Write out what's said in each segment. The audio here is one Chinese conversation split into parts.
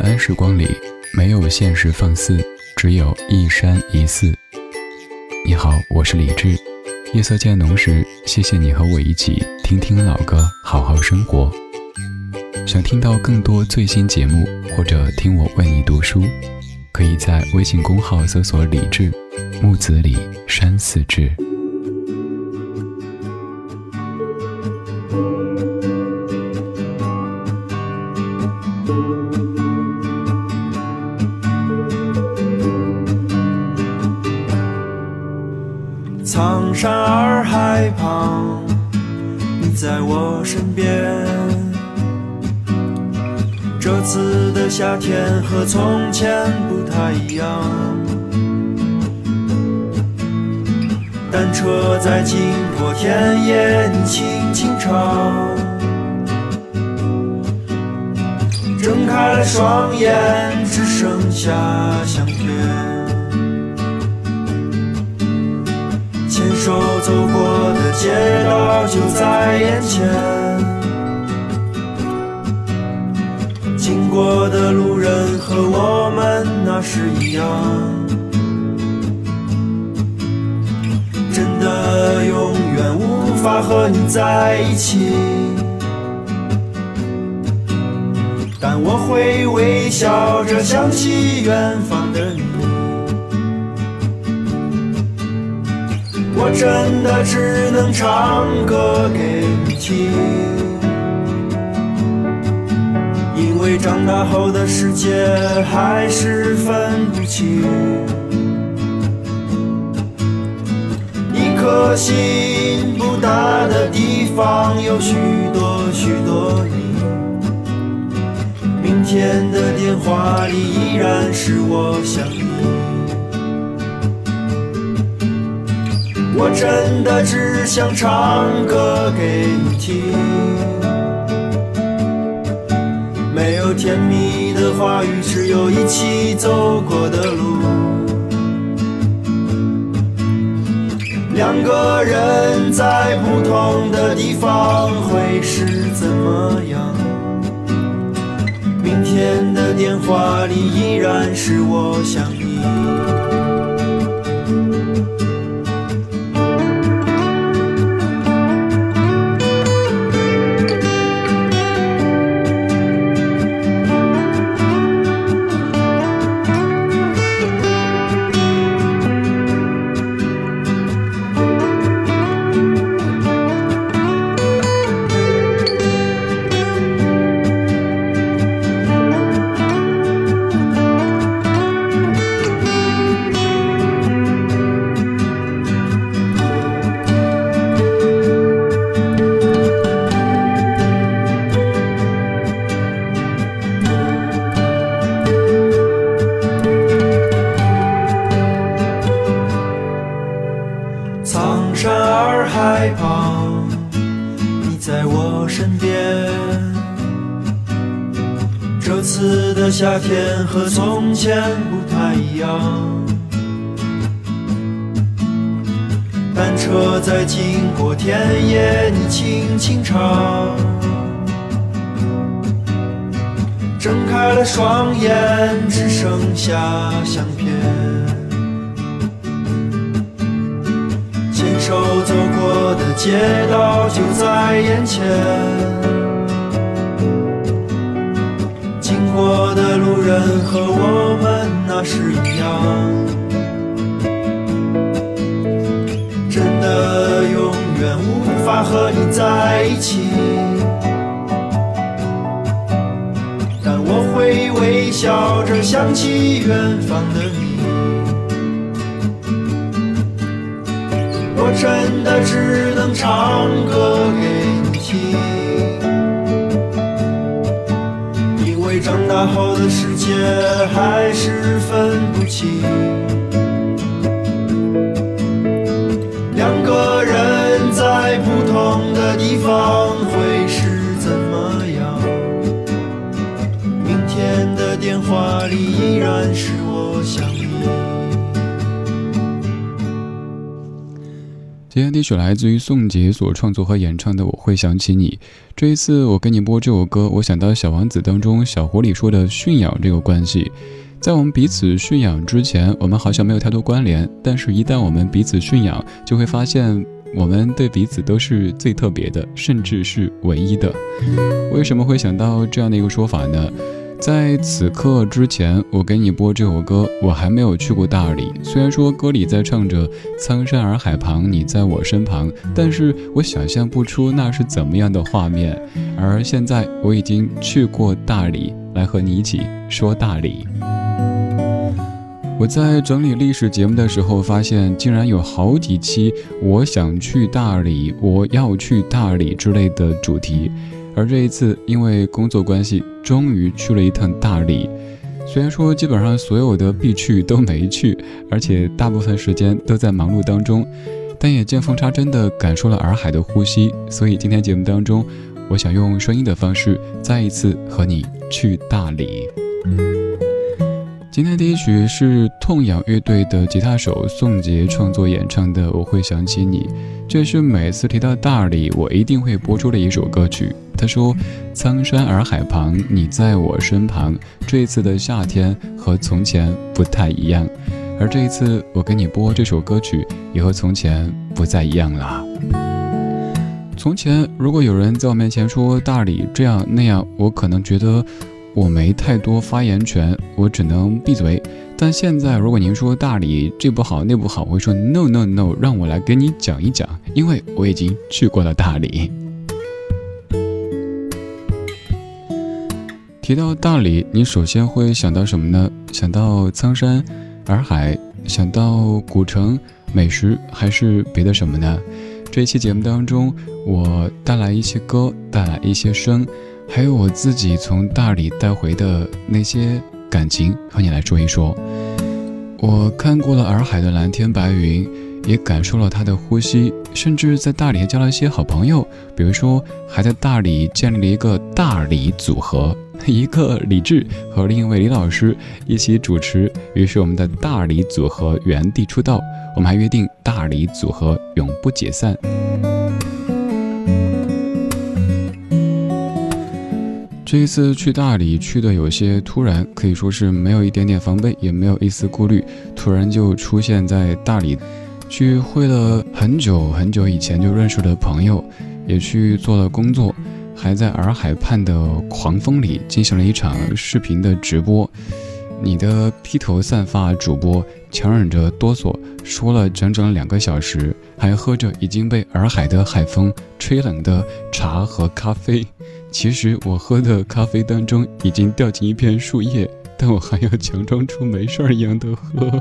晚安时光里没有现实放肆，只有一山一寺。你好，我是李志。夜色渐浓时，谢谢你和我一起听听老歌，好好生活。想听到更多最新节目，或者听我为你读书，可以在微信公号搜索李志，木子李，山寺志。 苍山洱海旁，你在我身边。这次的夏天和从前不太一样，单车在经过田野，你轻轻唱，睁开了双眼，只剩下相片。牵手走过的街道就在眼前，经过的路人和我们那是一样，真的永远无法和你在一起，但我会微笑着想起远方的你。我真的只能唱歌给你听，因为长大后的世界还是分不清，一颗心不大的地方有许多许多你，明天的电话里依然是我想你。我真的只想唱歌给你听，没有甜蜜的话语，只有一起走过的路。两个人在不同的地方会是怎么样？明天的电话里依然是我想你。苍山洱海旁，你在我身边。这次的夏天和从前不太一样，单车在经过田野，你轻轻唱，睁开了双眼，只剩下相片。牵手走过的街道就在眼前，经过的路人和我们那是一样，真的永远无法和你在一起，但我会微笑着想起远方的你。我真的只能唱歌给你听，因为长大后的世界还是分不清，两个人在不同的地方会是怎么样？明天的电话里依然是我想你。 今天第一曲来自于宋杰所创作和演唱的《我会想起你》。这一次我给你播这首歌，我想到《小王子》当中小狐狸说的驯养这个关系。在我们彼此驯养之前，我们好像没有太多关联，但是一旦我们彼此驯养，就会发现我们对彼此都是最特别的，甚至是唯一的。为什么会想到这样的一个说法呢？在此刻之前，我给你播这首歌，我还没有去过大理。虽然说歌里在唱着苍山洱海旁，你在我身旁，但是我想象不出那是怎么样的画面。而现在我已经去过大理，来和你一起说大理。我在整理历史节目的时候发现，竟然有好几期我想去大理，我要去大理之类的主题。而这一次因为工作关系，终于去了一趟大理。虽然说基本上所有的必去都没去，而且大部分时间都在忙碌当中，但也见缝插针地感受了洱海的呼吸。所以今天节目当中，我想用声音的方式再一次和你去大理。今天第一曲是痛仰乐队的吉他手宋杰创作演唱的《我会想起你》，这是每次提到大理我一定会播出的一首歌曲。他说，苍山洱海旁，你在我身旁，这一次的夏天和从前不太一样。而这一次我给你播这首歌曲也和从前不再一样啦。从前如果有人在我面前说大理这样那样，我可能觉得我没太多发言权，我只能闭嘴。但现在如果您说大理这不好那不好，我会说 no no no， 让我来给你讲一讲，因为我已经去过了大理。提到大理，你首先会想到什么呢？想到苍山洱海，想到古城美食，还是别的什么呢？这一期节目当中，我带来一些歌，带来一些声，还有我自己从大理带回的那些感情和你来说一说。我看过了洱海的蓝天白云，也感受了它的呼吸，甚至在大理还交了一些好朋友，比如说还在大理建立了一个大理组合，一个李志和另一位李老师一起主持，于是我们的大理组合原地出道，我们还约定大理组合永不解散。这一次去大理去的有些突然，可以说是没有一点点防备，也没有一丝顾虑，突然就出现在大理，去会了很久很久以前就认识的朋友，也去做了工作，还在洱海畔的狂风里进行了一场视频的直播。你的披头散发主播强忍着哆嗦说了整整2个小时，还喝着已经被洱海的海风吹冷的茶和咖啡。其实我喝的咖啡当中已经掉进一片树叶，但我还要强装出没事一样的喝。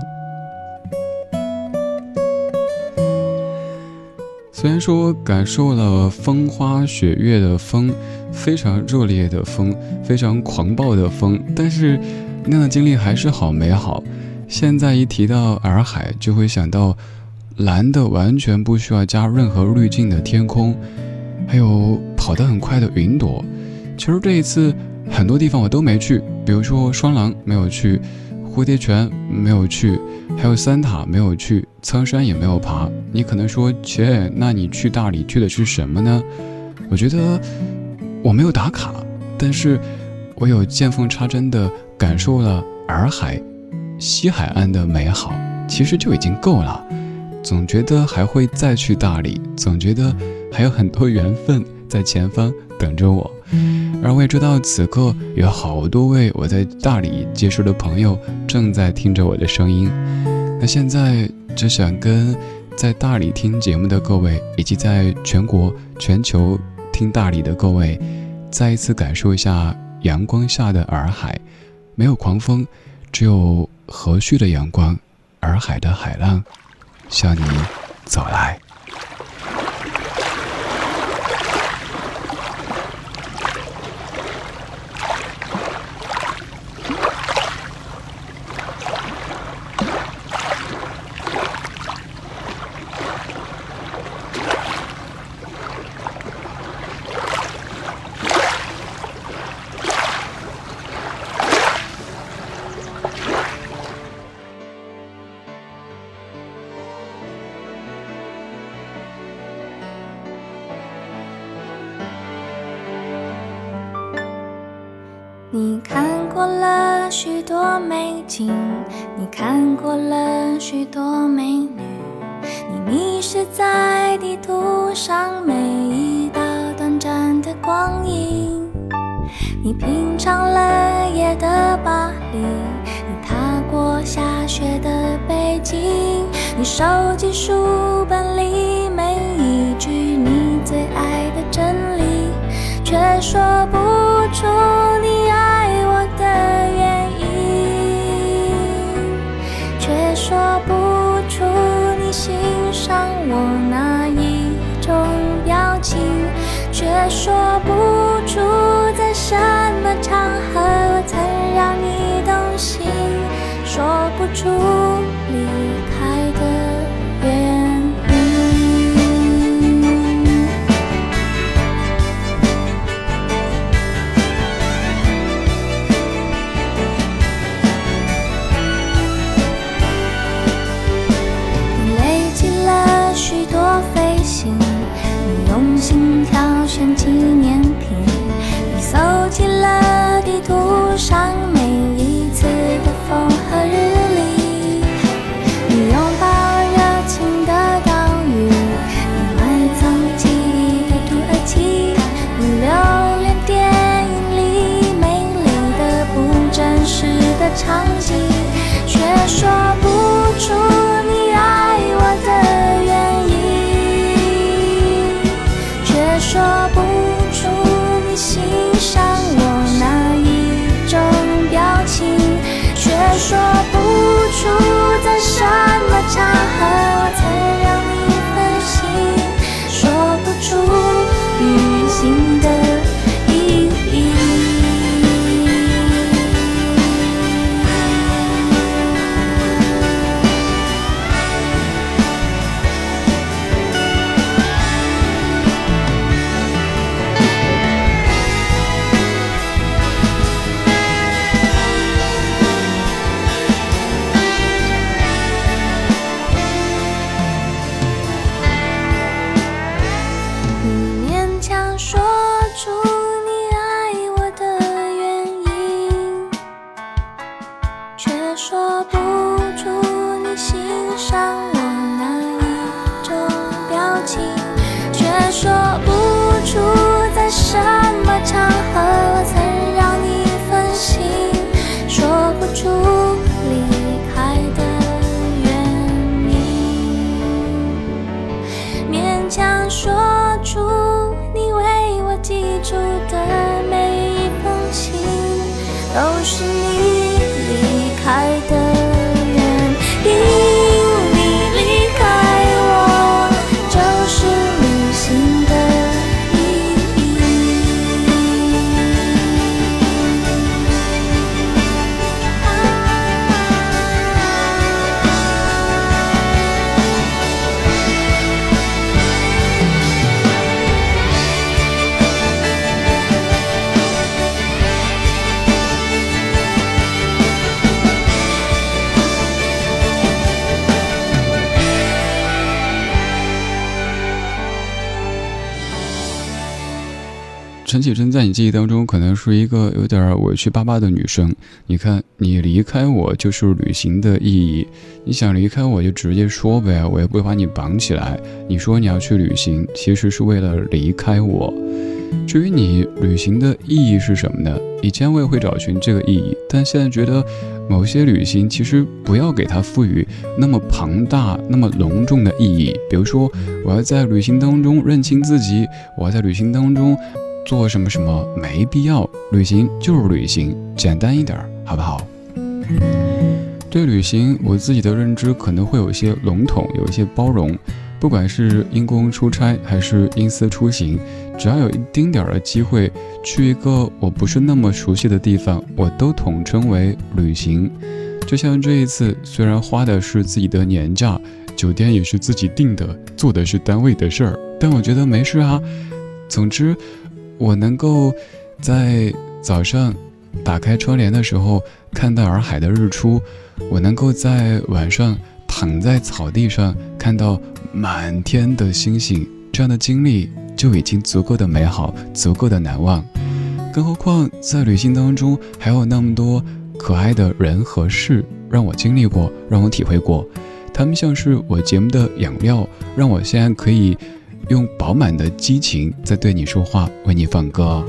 虽然说感受了风花雪月的风，非常热烈的风，非常狂暴的风，但是那样的经历还是好美好。现在一提到洱海，就会想到蓝的完全不需要加任何滤镜的天空，还有跑得很快的云朵。其实这一次很多地方我都没去，比如说双廊没有去，蝴蝶泉没有去，还有三塔没有去，苍山也没有爬。你可能说，切，那你去大理去的是什么呢？我觉得我没有打卡，但是我有见缝插针的感受了洱海西海岸的美好，其实就已经够了。总觉得还会再去大理，总觉得还有很多缘分在前方等着我。而我也知道此刻有好多位我在大理结识的朋友正在听着我的声音。那现在只想跟在大理听节目的各位，以及在全国全球听大理的各位，再一次感受一下阳光下的洱海，没有狂风，只有和煦的阳光，洱海的海浪向你走来。 你看过了许多美景，你看过了许多美女，你迷失在地图上每一道短暂的光阴，你品尝了夜的巴黎，你踏过下雪的北京，你收集书本里每一句你最爱的真理，却说不出你爱我的原因，却说不出你欣赏我哪一种表情，却说不出在什么场合我曾让你动心，说不出离开的原因。你累积了许多飞行，你用心挑选纪念品，你搜集了地图上每一次的风和日丽，你拥抱热情的岛屿，你埋藏记忆的土耳其，你留恋电影里美丽的不真实的场景，却说不出你爱我的原因，却说不出你欣赏我哪一种表情，却说不出在什么场合我曾让你分心，说不出旅行的意义。你勉强说出你爱我的原因，却说不出你欣赏我哪一种表情，却说不出在什么场合我曾让你分心，说不出离开的原因，勉强说出你为我寄出的每一封信，都是你离开的原因。你离开我，就是旅行的意陈绮贞在你记忆当中可能是一个有点委屈巴巴的女生。你看，你离开我就是旅行的意义，你想离开我就直接说呗，我也不会把你绑起来。你说你要去旅行，其实是为了离开我。至于你旅行的意义是什么呢？以前我也会找寻这个意义，但现在觉得某些旅行其实不要给它赋予那么庞大那么隆重的意义。比如说我要在旅行当中认清自己，我要在旅行当中做什么什么，没必要。旅行就是旅行，简单一点好不好？对旅行我自己的认知可能会有一些笼统，有一些包容，不管是因公出差还是因私出行，只要有一丁点的机会去一个我不是那么熟悉的地方，我都统称为旅行。就像这一次，虽然花的是自己的年假，酒店也是自己订的，做的是单位的事儿，但我觉得没事啊。总之我能够在早上打开窗帘的时候看到洱海的日出，我能够在晚上躺在草地上看到满天的星星，这样的经历就已经足够的美好，足够的难忘。 更何况在旅行当中还有那么多可爱的人和事让我经历过，让我体会过，他们像是我节目的养料，让我现在可以用饱满的激情在对你说话，为你放歌。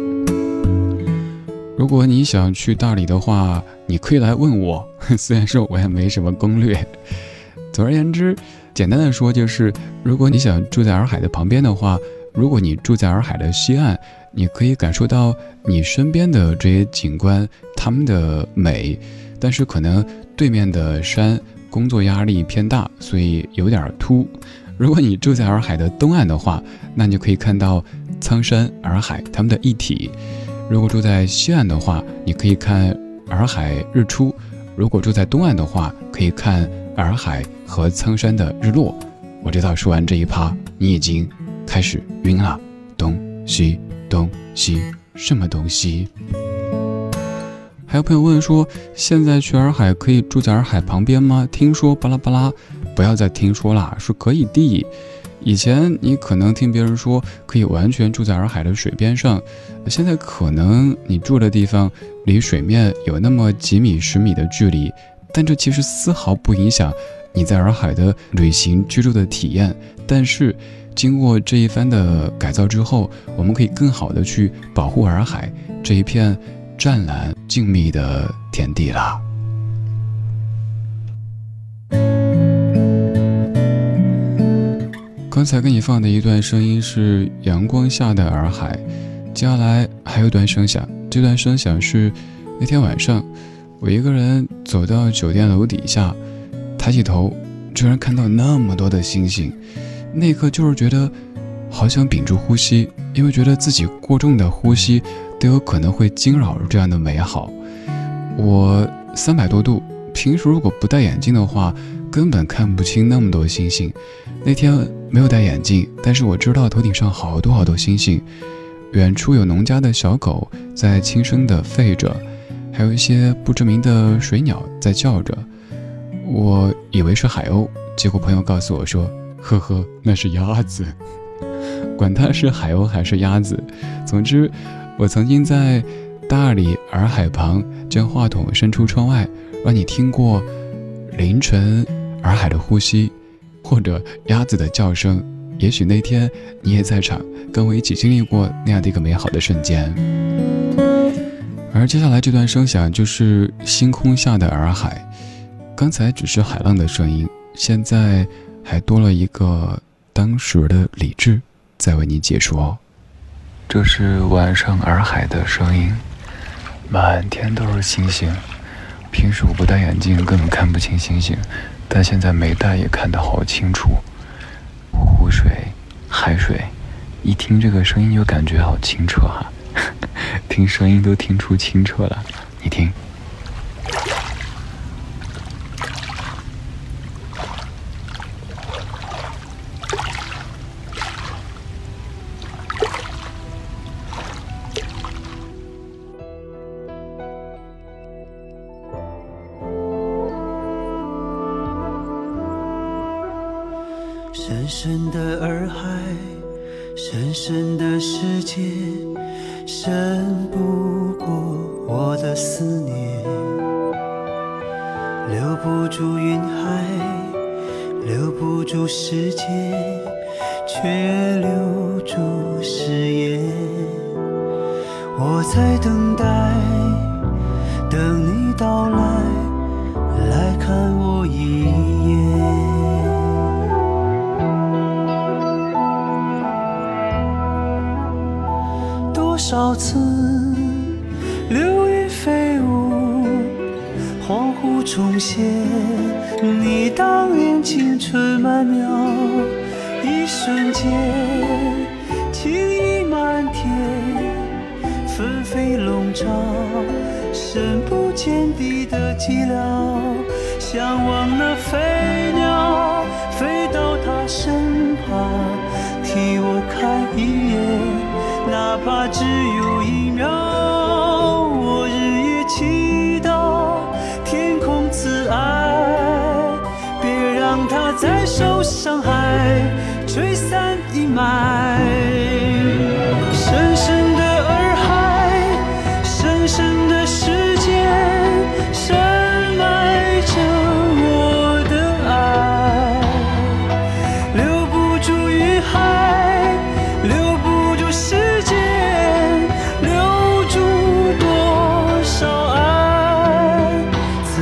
如果你想去大理的话，你可以来问我，虽然说我也没什么攻略。总而言之，简单的说就是，如果你想住在洱海的旁边的话，如果你住在洱海的西岸，你可以感受到你身边的这些景观它们的美，但是可能对面的山工作压力偏大，所以有点秃。如果你住在洱海的东岸的话，那你就可以看到苍山洱海它们的一体。如果住在西岸的话，你可以看洱海日出；如果住在东岸的话，可以看洱海和苍山的日落。我知道说完这一趴，你已经开始晕了。东西东西，什么东西？还有朋友问说，现在去洱海可以住在洱海旁边吗？听说巴拉巴拉，不要再听说啦，是可以的。以前你可能听别人说可以完全住在洱海的水边上，现在可能你住的地方离水面有那么几米10米的距离，但这其实丝毫不影响你在洱海的旅行居住的体验。但是经过这一番的改造之后，我们可以更好的去保护洱海这一片湛蓝静谧的田地啦。刚才给你放的一段声音是阳光下的洱海，接下来还有一段声响，这段声响是那天晚上我一个人走到酒店楼底下，抬起头居然看到那么多的星星，那一刻就是觉得好想屏住呼吸，因为觉得自己过重的呼吸都有可能会惊扰这样的美好。我300多度，平时如果不戴眼镜的话根本看不清那么多星星，那天没有戴眼镜，但是我知道头顶上好多好多星星，远处有农家的小狗在轻声地吠着，还有一些不知名的水鸟在叫着。我以为是海鸥，结果朋友告诉我说，呵呵，那是鸭子。管它是海鸥还是鸭子，总之我曾经在大理洱海旁将话筒伸出窗外，让你听过凌晨洱海的呼吸，或者鸭子的叫声。也许那天你也在场，跟我一起经历过那样的一个美好的瞬间。而接下来这段声响就是星空下的洱海，刚才只是海浪的声音，现在还多了一个当时的理智在为你解说。这是晚上洱海的声音，满天都是星星。平时我不戴眼镜根本看不清星星，但现在没戴也看得好清楚。湖水海水，一听这个声音就感觉好清澈哈，听声音都听出清澈了。你听， 深深的洱海，深深的世界，深不过我的思念。留不住云海，留不住世界，却留住誓言。我在等待，等你到来，来看我一眼。多少次流云飞舞，恍惚重现你当年青春曼妙，一瞬间情意漫天，纷飞笼罩，深不见底的寂寥。向往那飞鸟飞到他身旁，替我看一眼，哪怕只有1秒。我日夜祈祷天空慈爱，别让它再受伤害，吹散阴霾。深深的洱海，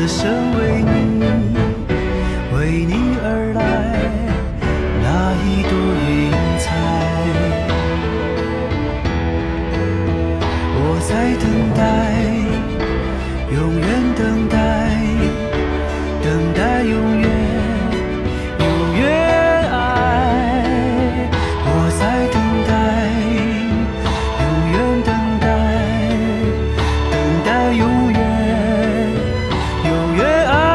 的生为你，为你而来，那一朵云彩。我在等待，永远等待，等待永远，永远爱。我在等待，永远等待，等待永远，永远爱。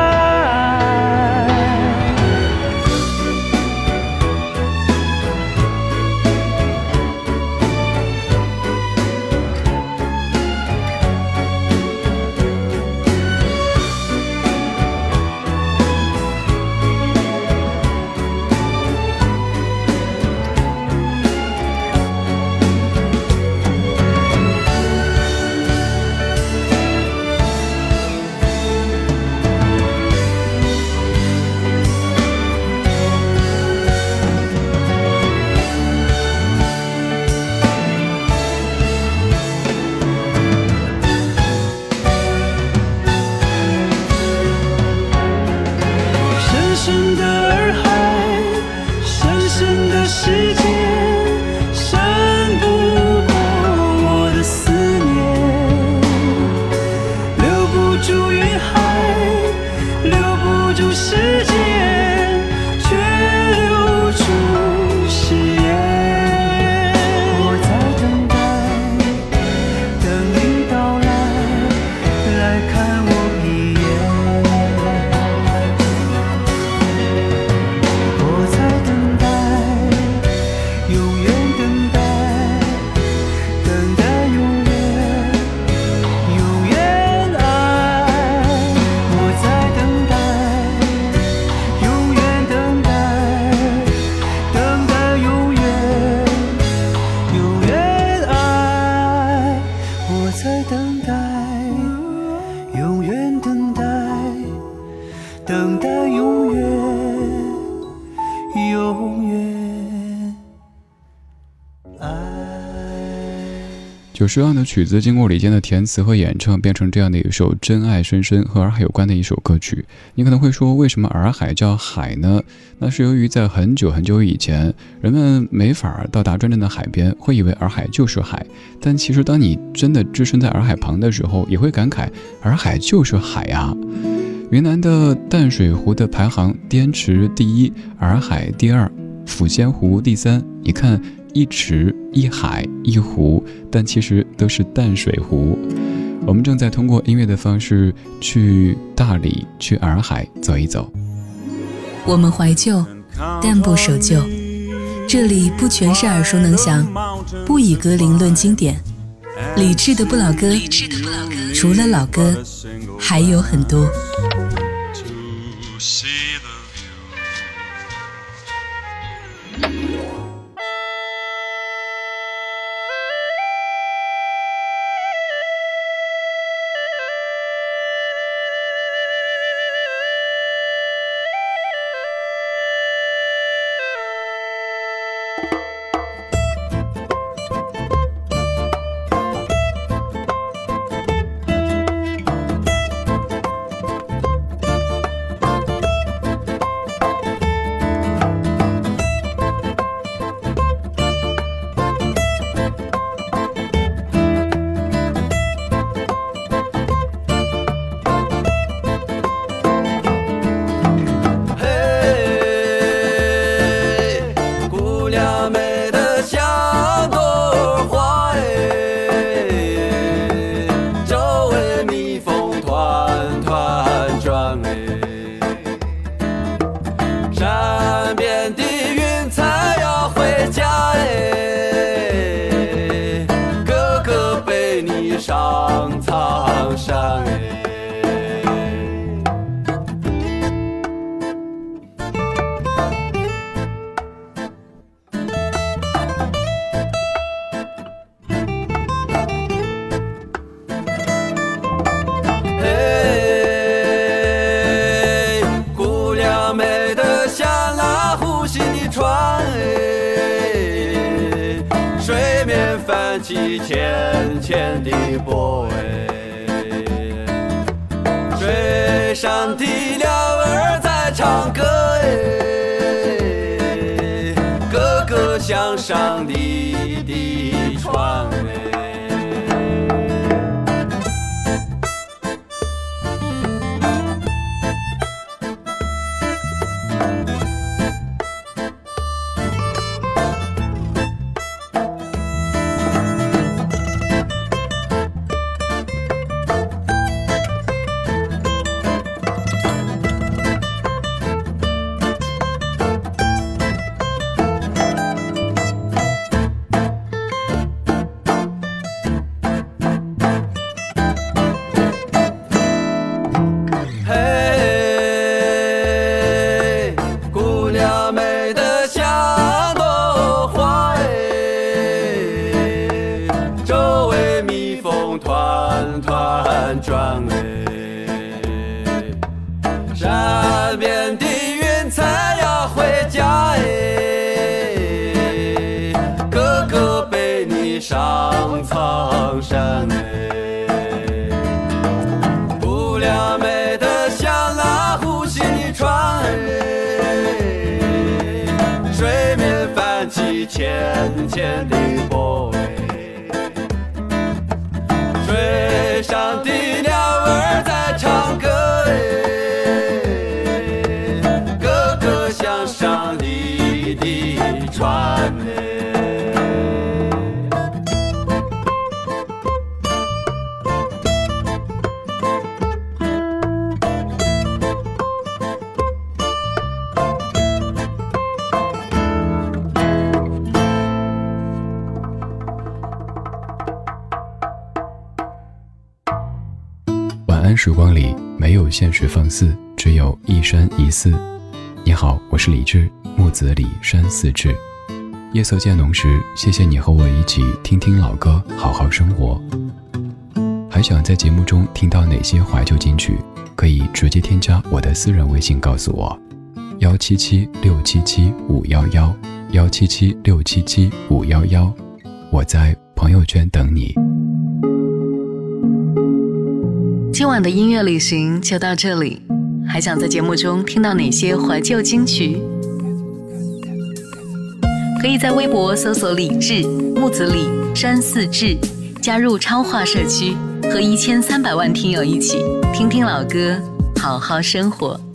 90样的曲子经过李健的填词和演唱，变成这样的一首真爱深深和洱海有关的一首歌曲。你可能会说，为什么洱海叫海呢？那是由于在很久很久以前，人们没法到达真正的海边，会以为洱海就是海。但其实当你真的置身在洱海旁的时候，也会感慨，洱海就是海啊。云南的淡水湖的排行，滇池第一，洱海第二，抚仙湖第三。你看，一池一海一湖，但其实都是淡水湖。我们正在通过音乐的方式去大理，去洱海走一走。 我们怀旧，但不守旧。这里不全是耳熟能详，不以歌龄论经典。理智的不老歌，除了老歌，还有很多。 起浅浅的波，水上的鸟儿在唱歌哥哥向上帝的船转山边的云彩要回家哥哥背你上苍山不良美的像那呼吸的船水面泛起浅浅的波水上的鸟儿在唱歌哥哥向上帝的船晚安时光里没有现实放肆，只有一山一寺。你好，我是李志，木子李山寺志。夜色渐浓时，谢谢你和我一起听听老歌，好好生活。还想在节目中听到哪些怀旧金曲，可以直接添加我的私人微信告诉我，177677511，177677511，我在朋友圈等你。 今晚的音乐旅行就到这里，还想在节目中听到哪些怀旧金曲？可以在微博搜索李志、木子李、山寺志，加入超话社区，和1300万听友一起听听老歌，好好生活。